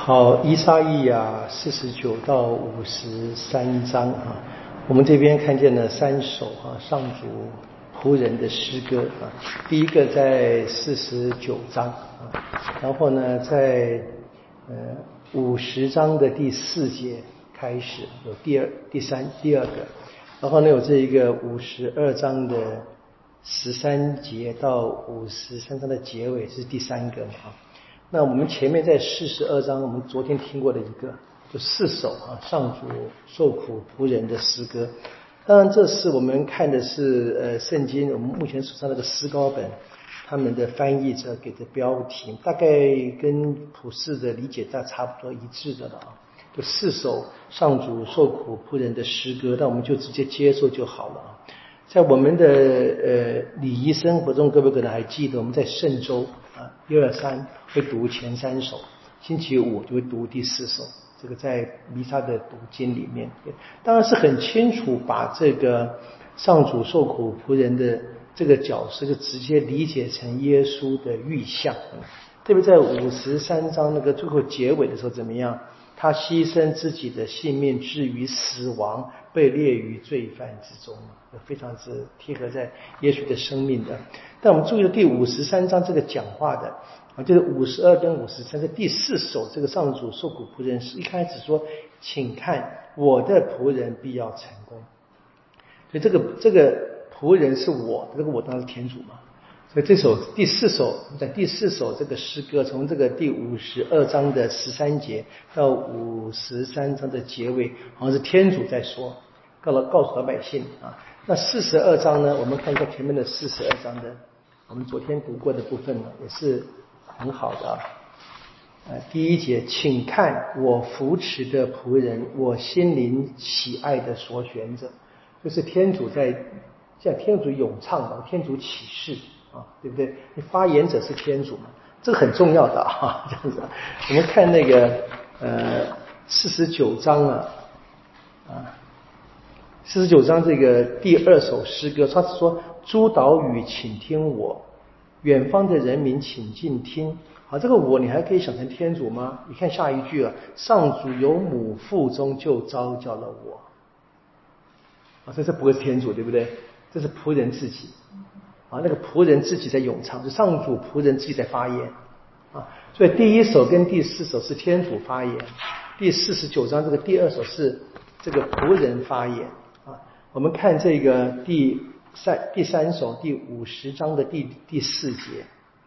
好，以赛亚49到53章啊，我们这边看见了3首上主仆人的诗歌啊。第一个在49章啊，然后呢在50章的第4节开始有第二个，然后呢有这一个52章的13节到53章的结尾是第3个啊。那我们前面在42章我们昨天听过的一个就4首上主受苦仆人的诗歌。当然这是我们看的是圣经我们目前手上那个诗高本他们的翻译者给的标题，大概跟普世的理解差不多一致的了就4首上主受苦仆人的诗歌，那我们就直接接受就好了在我们的礼仪生活中，各位可能还记得我们在圣周1、2、3会读前3首，星期五就会读第4首，这个在弥撒的读经里面当然是很清楚把这个上主受苦仆人的这个角色就直接理解成耶稣的预象特别在53章那个最后结尾的时候怎么样，他牺牲自己的性命置于死亡，被列于罪犯之中非常之贴合在耶稣的生命的。但我们注意到第53章这个讲话的就是52跟53这第4首这个上主受苦仆人是一开始说请看我的仆人必要成功，所以这个仆人是我，这个我当然是天主嘛。所以这首第4首在第4首这个诗歌从这个第52章的13节到53章的结尾好像是天主在说告诉老百姓那42章呢，我们看一下前面的42章的我们昨天读过的部分呢也是很好的第1节，请看我扶持的仆人，我心灵喜爱的所选者，就是天主在像天主咏唱天主启示对不对？发言者是天主嘛，这个很重要的这样子我们看那个49章49章这个第2首诗歌，他是说诸岛屿请听我，远方的人民请静听这个我你还可以想成天主吗？你看下一句上主由母腹中就召叫了我所以这不会是天主对不对？这是仆人自己那个仆人自己在咏唱，就上主仆人自己在发言所以第1首跟第4首是天主发言，第49章这个第2首是这个仆人发言我们看这个第3首第50章的第4节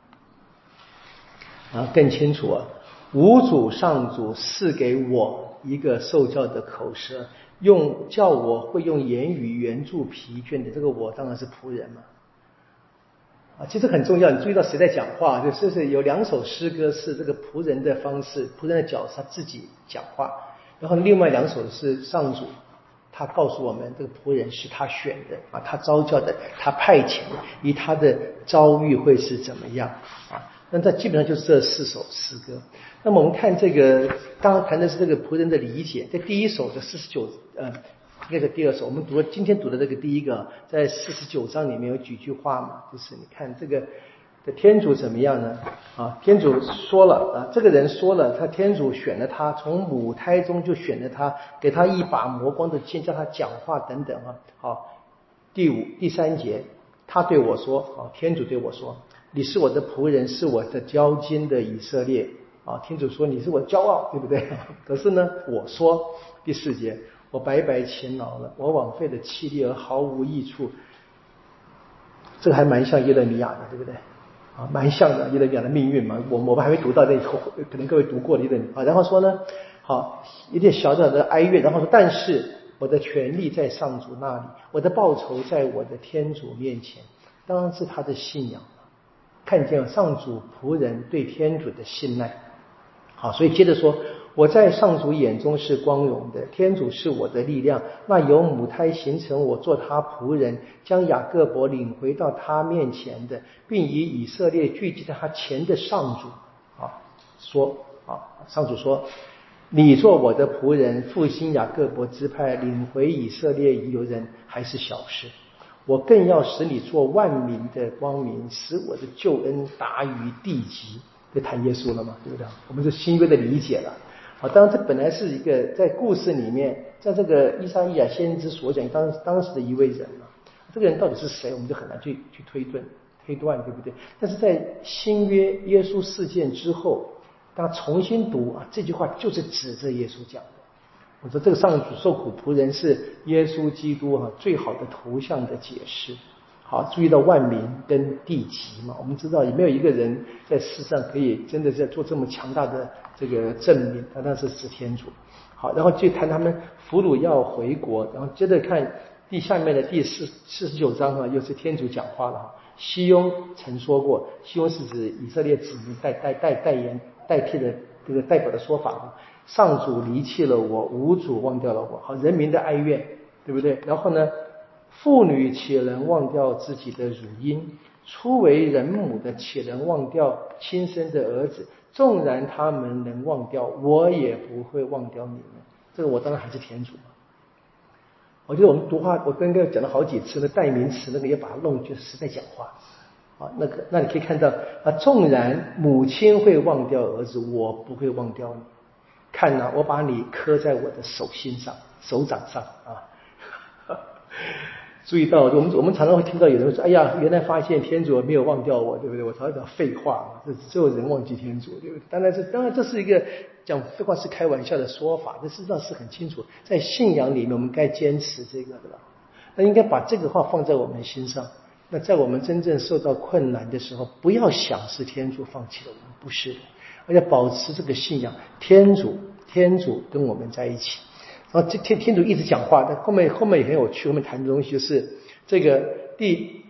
更清楚吾主上主赐给我一个受教的口舌，叫我会用言语援助疲倦的，这个我当然是仆人嘛其实很重要，你注意到谁在讲话，就是有2首诗歌是这个仆人的方式，仆人的角色他自己讲话，然后另外2首是上主他告诉我们这个仆人是他选的他召叫的，他派遣的，以他的遭遇会是怎么样那这基本上就是这4首诗歌。那么我们看这个刚刚谈的是这个仆人的理解，在第1首的49应该是第2首，我们今天读的这个第1个在49章里面有几句话嘛，就是你看这个的天主怎么样呢天主说了这个人说了他天主选了他，从母胎中就选了他，给他一把磨光的剑，叫他讲话等等好，第3节他对我说天主对我说你是我的仆人，是我的交金的以色列天主说你是我的骄傲对不对可是呢我说第4节我白白勤劳了，我枉费了气力而毫无益处，这个还蛮像耶勒米亚的对不对蛮像的耶勒米亚的命运嘛，我们还没读到那可能各位读过的耶勒米然后说呢好一点小小的哀怨，然后说但是我的权力在上主那里，我的报酬在我的天主面前，当然是他的信仰看见上主仆人对天主的信赖好，所以接着说我在上主眼中是光荣的，天主是我的力量，那由母胎形成我做他仆人，将雅各伯领回到他面前的，并以以色列聚集在他前的上主上主说你做我的仆人，复兴雅各伯支派，领回以色列遗留人还是小事，我更要使你做万民的光明，使我的救恩达于地极，就谈耶稣了嘛，对不对？我们是新约的理解了好，当然这本来是一个在故事里面，在这个以赛亚先知所讲当时的一位人啊，这个人到底是谁，我们就很难去推断，对不对？但是在新约耶稣事件之后，大家重新读啊，这句话就是指着耶稣讲的。我说这个上主受苦仆人是耶稣基督最好的图像的解释。好，注意到万民跟地级嘛，我们知道也没有一个人在世上可以真的在做这么强大的这个证明，那是指天主。好，然后就谈他们俘虏要回国，然后接着看下面的第49章又是天主讲话了。西雍曾说过，西雍是指以色列子民代替的这个代表的说法。上主离弃了我，无主忘掉了我。好，人民的哀怨，对不对？然后呢，妇女岂能忘掉自己的乳婴？初为人母的岂能忘掉亲生的儿子？纵然他们能忘掉，我也不会忘掉你们。这个我当然还是天主。我觉得我们读话，我刚刚讲了好几次，那代名词那个也把它弄就是在讲话。那你可以看到纵然母亲会忘掉儿子，我不会忘掉你。看啊，我把你刻在我的手掌上啊。注意到我们常常会听到有人说，哎呀，原来发现天主没有忘掉我，对不对？我常常讲废话嘛，只有人忘记天主，对不对？当然这是一个讲废话是开玩笑的说法，但事实上是很清楚，在信仰里面我们该坚持这个的吧？那应该把这个话放在我们心上。那在我们真正受到困难的时候，不要想是天主放弃了我们，不是的，而且保持这个信仰，天主跟我们在一起。然后天主一直讲话，但后面也很有趣，后面谈的东西就是这个第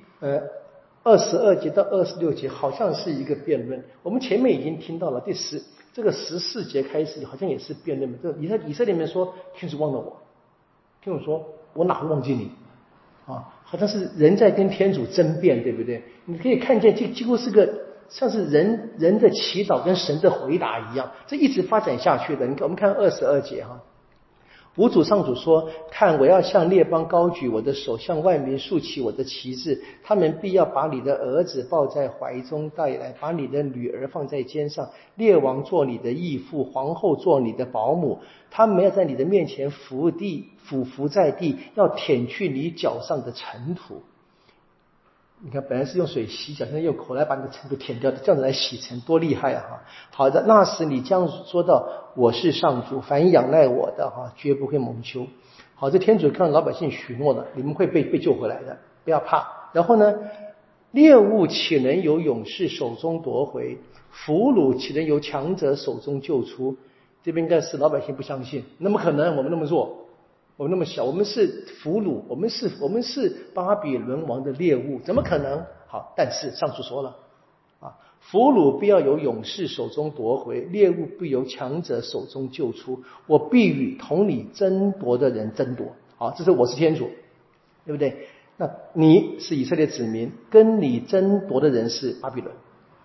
22节到26节好像是一个辩论。我们前面已经听到了这个14节开始好像也是辩论。这以色列人说天主忘了我，天主说我哪会忘记你啊？好像是人在跟天主争辩，对不对？你可以看见这几乎是个像是人的祈祷跟神的回答一样，这一直发展下去的。我们看22节无主上主说，看我要向列邦高举我的手，向万民竖起我的旗帜，他们必要把你的儿子抱在怀中带来，把你的女儿放在肩上，列王做你的义父，皇后做你的保姆，他们要在你的面前伏伏在地，要舔去你脚上的尘土。你看，本来是用水洗脚，现在用口来把你的尘土舔掉的，这样子来洗尘，多厉害啊！好的，那时你将说到，我是上主，凡仰赖我的绝不会蒙羞。好，这天主看老百姓许诺了，你们会被救回来的，不要怕。然后呢，猎物岂能由勇士手中夺回？俘虏岂能由强者手中救出？这边应该是老百姓不相信，那么可能我们那么弱？我们那么小，我们是俘虏，我们是巴比伦王的猎物，怎么可能？好，但是上主说了俘虏必要由勇士手中夺回，猎物必由强者手中救出，我必与同你争夺的人争夺。好，这是我是天主，对不对？那你是以色列子民，跟你争夺的人是巴比伦，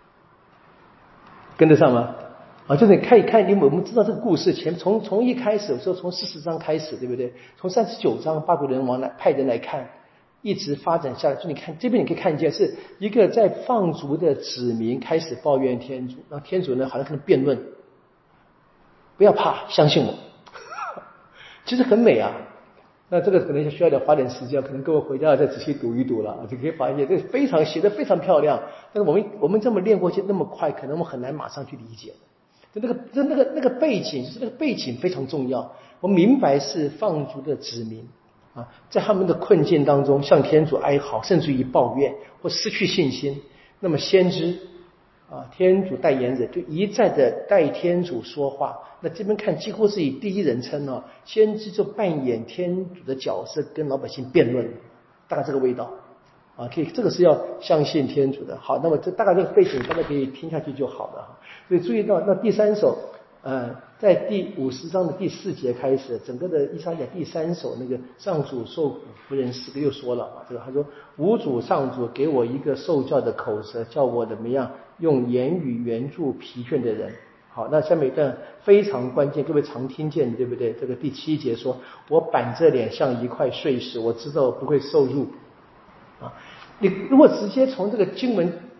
跟得上吗？就是你看一看，我们知道这个故事从一开始，有时候从40章开始，对不对？从39章巴比伦王派人来看，一直发展下来。就你看这边，你可以看见是一个在放逐的子民开始抱怨天主，然后天主呢好像跟他辩论，不要怕，相信我。其实很美啊。那这个可能需要花点时间，可能各位回家再仔细读一读了，就可以发现这非常写得非常漂亮。但是我们这么练过去那么快，可能我们很难马上去理解。那个背景，就是那个背景非常重要。我明白是放逐的子民在他们的困境当中向天主哀嚎，甚至于抱怨或失去信心。那么先知天主代言人就一再的代天主说话。那这边看几乎是以第一人称先知就扮演天主的角色，跟老百姓辩论，大概这个味道可以，这个是要相信天主的。好，那么这大概这个背景大家可以听下去就好了。所以注意到那第3首在第50章的第4节开始，整个的以赛亚第3首那个上主受苦仆人诗歌又说了这个他说，无主上主给我一个受教的口舌，叫我怎么样用言语援助疲倦的人。好，那下面一段非常关键，各位常听见对不对？这个第7节说，我板着脸像一块碎石，我知道不会受辱你如果直接从这个经文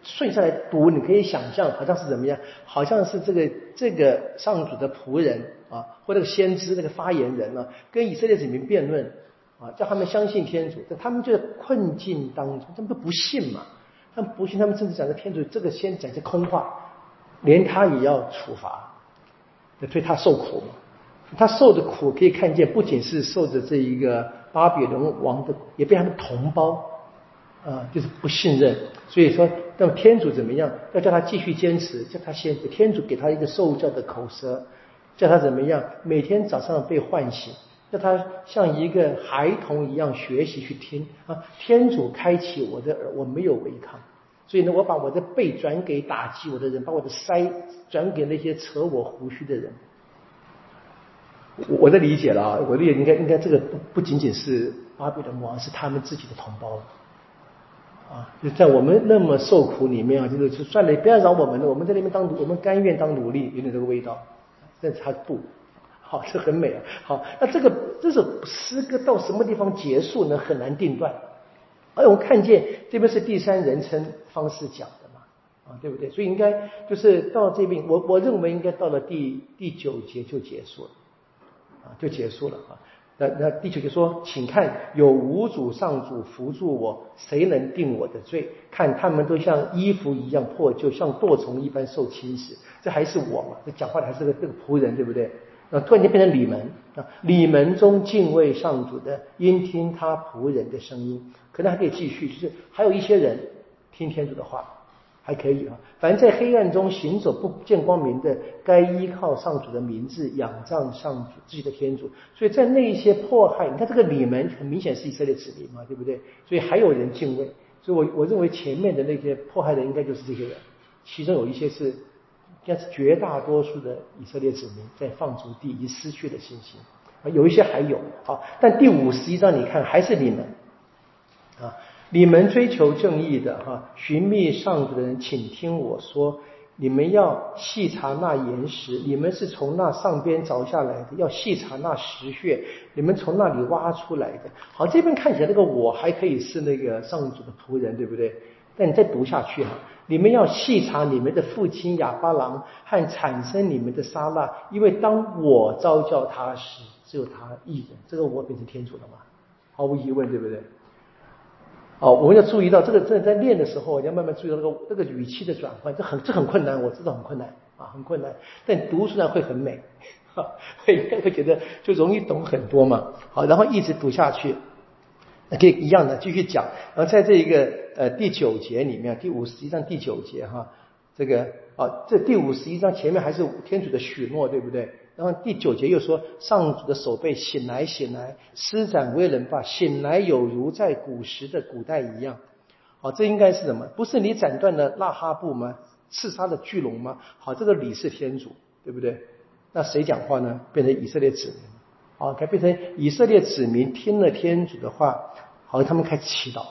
顺下来读，你可以想象好像是怎么样，好像是这个上主的仆人啊，或那个先知那个发言人啊，跟以色列子民辩论啊，叫他们相信天主，但他们就在困境当中，他们都不信嘛，他们不信，他们甚至讲的天主这个先讲些空话，连他也要处罚，所以他受苦嘛。他受的苦可以看见，不仅是受着这一个巴比伦王的，也被他们同胞就是不信任。所以说，那么天主怎么样？要叫他继续坚持，叫他先天主给他一个受教的口舌，叫他怎么样？每天早上被唤醒，叫他像一个孩童一样学习去听啊。天主开启我的耳，我没有违抗。所以呢，我把我的背转给打击我的人，把我的腮转给那些扯我胡须的人。我的理解了啊，我的理解应该这个不仅仅是巴比伦王，是他们自己的同胞啊，就在我们那么受苦里面啊，就是算了，不要饶我们了，我们在那边我们甘愿当奴隶，有点这个味道。但是他不好，这很美啊。好，那这首诗歌到什么地方结束呢？很难定断。而我们看见这边是第三人称方式讲的嘛，对不对？所以应该就是到这边，我认为应该到了第9节就结束了。就结束了啊。那第9节说，请看，有5主上主扶助我，谁能定我的罪？看他们都像衣服一样破旧，像堕虫一般受侵蚀。这还是我嘛？这讲话的还是这个仆人，对不对？突然间变成里门啊，里门中敬畏上主的，应听他仆人的声音。可能还可以继续，就是还有一些人听天主的话。还可以啊，反正在黑暗中行走不见光明的，该依靠上主的名字，仰仗上主自己的天主。所以在那一些迫害，你看这个里门很明显是以色列子民嘛，对不对？所以还有人敬畏。所以我认为前面的那些迫害的应该就是这些人，其中有一些是，应该是绝大多数的以色列子民在放逐地已经失去了信心，有一些还有好，但第51章你看还是你们啊。你们追求正义的寻觅上主的人，请听我说，你们要细查那岩石，你们是从那上边凿下来的，要细查那石穴，你们从那里挖出来的。好，这边看起来那个我还可以是那个上主的仆人，对不对？但你再读下去你们要细查你们的父亲亚巴郎和产生你们的撒拉，因为当我召叫他时，只有他一人。这个我变成天主了吗？毫无疑问，对不对？我们要注意到这个，在练的时候，要慢慢注意到这个语气的转换，这很困难，我知道很困难很困难，但读出来会很美，会觉得就容易懂很多嘛。好，然后一直读下去，可以一样的继续讲。然后在这一个第9节里面，第51章第9节这个这第51章前面还是天主的许诺，对不对？然后第9节又说，上主的手背醒来醒来，施展威能吧，醒来有如在古时的古代一样。好，这应该是什么？不是你斩断了拉哈布吗？刺杀了巨龙吗？好，这个理是天主，对不对？那谁讲话呢？变成以色列子民。好，该变成以色列子民听了天主的话，好，他们开始祈祷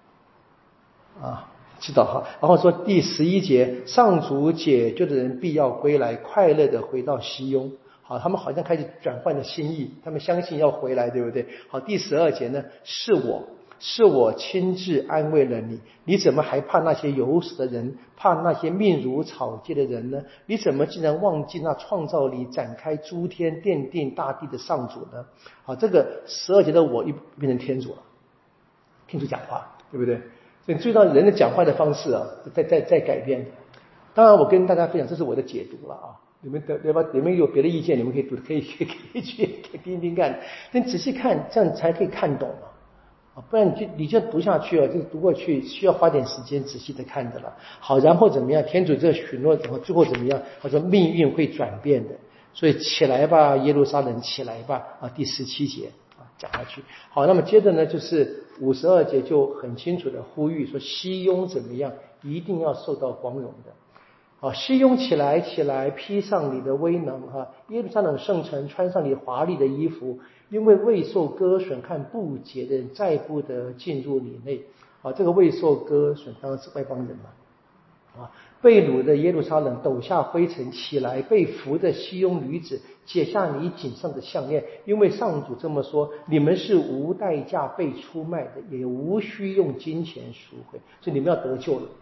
祈祷然后说第11节，上主解救的人必要归来，快乐的回到西雍。好，他们好像开始转换了心意，他们相信要回来，对不对？好，第12节呢，是我亲自安慰了你，你怎么还怕那些有死的人，怕那些命如草芥的人呢？你怎么竟然忘记那创造你展开诸天奠定大地的上主呢？好，这个12节的我又变成天主了，天主讲话，对不对？所以注意到人的讲话的方式在改变。当然我跟大家分享，这是我的解读了你们对吧？你们有别的意见，你们可以读，可以去听听看。但仔细看，这样才可以看懂不然你就读下去就读过去，需要花点时间仔细的看的了。好，然后怎么样？天主这许诺，然后最后怎么样？他说命运会转变的，所以起来吧，耶路撒冷，起来吧第17节讲下去。好，那么接着呢，就是52节就很清楚的呼吁说，西雍怎么样？一定要受到光荣的。西雍起来起来，披上你的威能耶路撒冷圣城穿上你华丽的衣服，因为未受割损和不洁的人再不得进入你内。这个未受割损当然是外邦人嘛。被掳的耶路撒冷抖下灰尘起来，被俘的西雍女子解下你颈上的项链，因为上主这么说，你们是无代价被出卖的，也无需用金钱赎回，所以你们要得救了。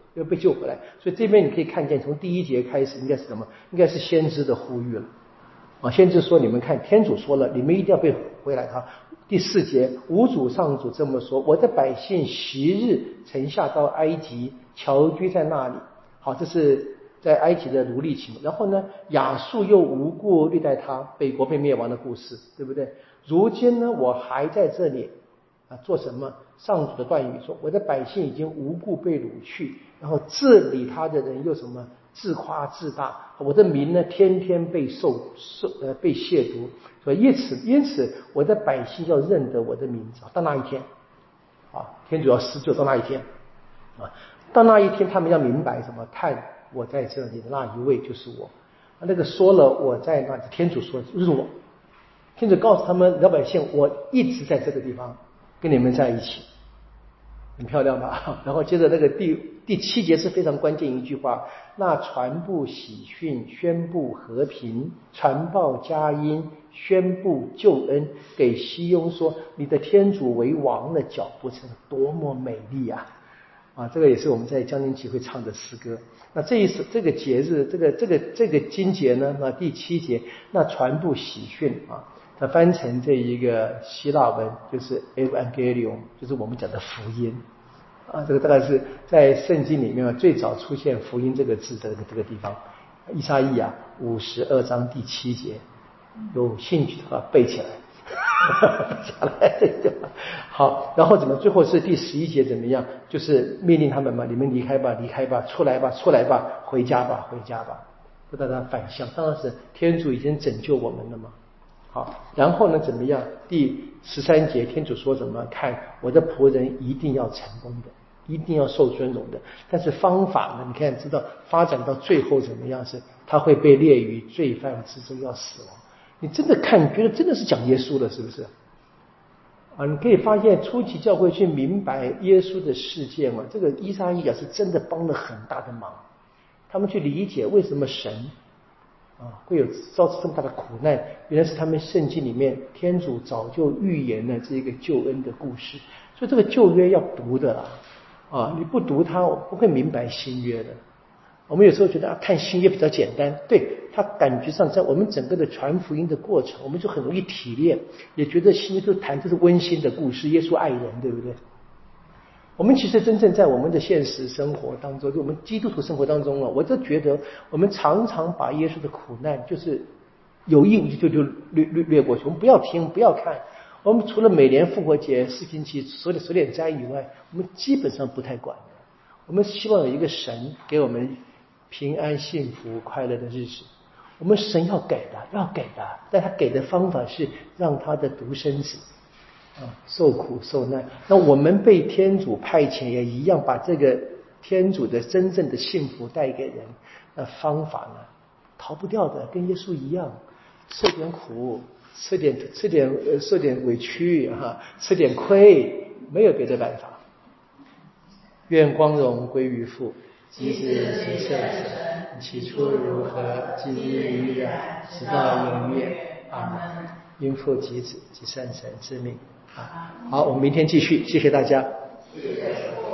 要被救回来。所以这边你可以看见，从第1节开始应该是什么？应该是先知的呼吁了。先知说：“你们看，天主说了，你们一定要被回来。”第4节，吾主上主这么说：“我的百姓昔日曾下到埃及，侨居在那里。”好，这是在埃及的奴隶情。然后呢，亚述又无故虐待他，北国被灭亡的故事，对不对？如今呢，我还在这里做什么？上主的断语说：“我的百姓已经无故被掳去，然后治理他的人又什么？自夸自大。我的民呢，天天被被亵渎。所以因此，我的百姓要认得我的名字。到那一天，天主要施救到那一天，到那一天，他们要明白什么？看我在这里的那一位就是我。那个说了我在那里，天主说就是我。天主告诉他们老百姓，我一直在这个地方跟你们在一起。”很漂亮吧？然后接着那个第7节是非常关键一句话：那传布喜讯，宣布和平，传报佳音，宣布救恩，给西雍说，你的天主为王的脚步程多么美丽啊！这个也是我们在将军集会唱的诗歌。那这个节日，这个经节呢，第7节，那传布喜讯它翻成这一个希腊文就是 Evangelion， 就是我们讲的福音这个大概是在圣经里面最早出现福音这个字的这个地方，以赛亚52章第7节，有兴趣的话背起来背下来好，然后最后是第11节怎么样？就是命令他们嘛，你们离开吧，离开吧，出来吧，出来吧，回家吧，回家吧，不大家反向，当然是天主已经拯救我们了嘛。好，然后呢怎么样？第13节，天主说什么？看我的仆人一定要成功的，一定要受尊荣的。但是方法呢？你看知道发展到最后怎么样？是他会被列于罪犯之中，要死亡。你真的看，你觉得真的是讲耶稣了，是不是？你可以发现初期教会去明白耶稣的事件这个依撒意亚是真的帮了很大的忙。他们去理解为什么神会有造成这么大的苦难，原来是他们圣经里面天主早就预言了这个救恩的故事。所以这个旧约要读的你不读它不会明白新约的。我们有时候觉得看新约比较简单，对，它感觉上在我们整个的传福音的过程，我们就很容易体验，也觉得新约就谈这是温馨的故事，耶稣爱人，对不对？我们其实真正在我们的现实生活当中，就我们基督徒生活当中我就觉得我们常常把耶稣的苦难就是有意无意就略过去，我们不要听不要看。我们除了每年复活节四旬期守点斋以外，我们基本上不太管。我们希望有一个神给我们平安幸福快乐的日子，我们神要给的，但他给的方法是让他的独生子受苦受难。那我们被天主派遣也一样，把这个天主的真正的幸福带给人。那方法呢，逃不掉的，跟耶稣一样，受点苦，受点委屈吃点亏，没有别的办法。愿光荣归于父，及子及圣神，起初如何，今日依然，直到永远。阿们。因父及子及圣神之名。好，我们明天继续，谢谢大家。谢谢。